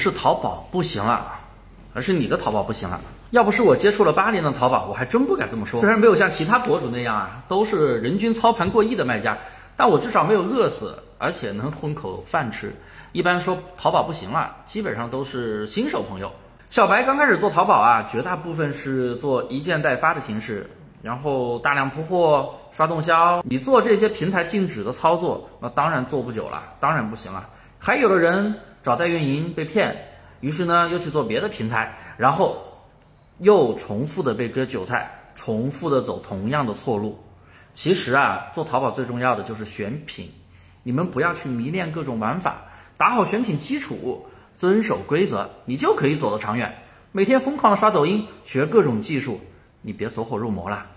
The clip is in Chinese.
是淘宝不行了，而是你的淘宝不行了。要不是我接触了8年的淘宝，我还真不敢这么说。虽然没有像其他博主那样啊，都是人均操盘过亿的卖家，但我至少没有饿死，而且能混口饭吃。一般说淘宝不行了，基本上都是新手朋友。小白刚开始做淘宝啊，绝大部分是做一件代发的形式，然后大量铺货、刷动销。你做这些平台静止的操作，那当然做不久了，当然不行了。还有的人找代运营被骗，于是呢又去做别的平台，然后又重复的被割韭菜，重复的走同样的错路。其实啊，做淘宝最重要的就是选品，你们不要去迷恋各种玩法，打好选品基础，遵守规则，你就可以走得长远。每天疯狂的刷抖音，学各种技术，你别走火入魔了。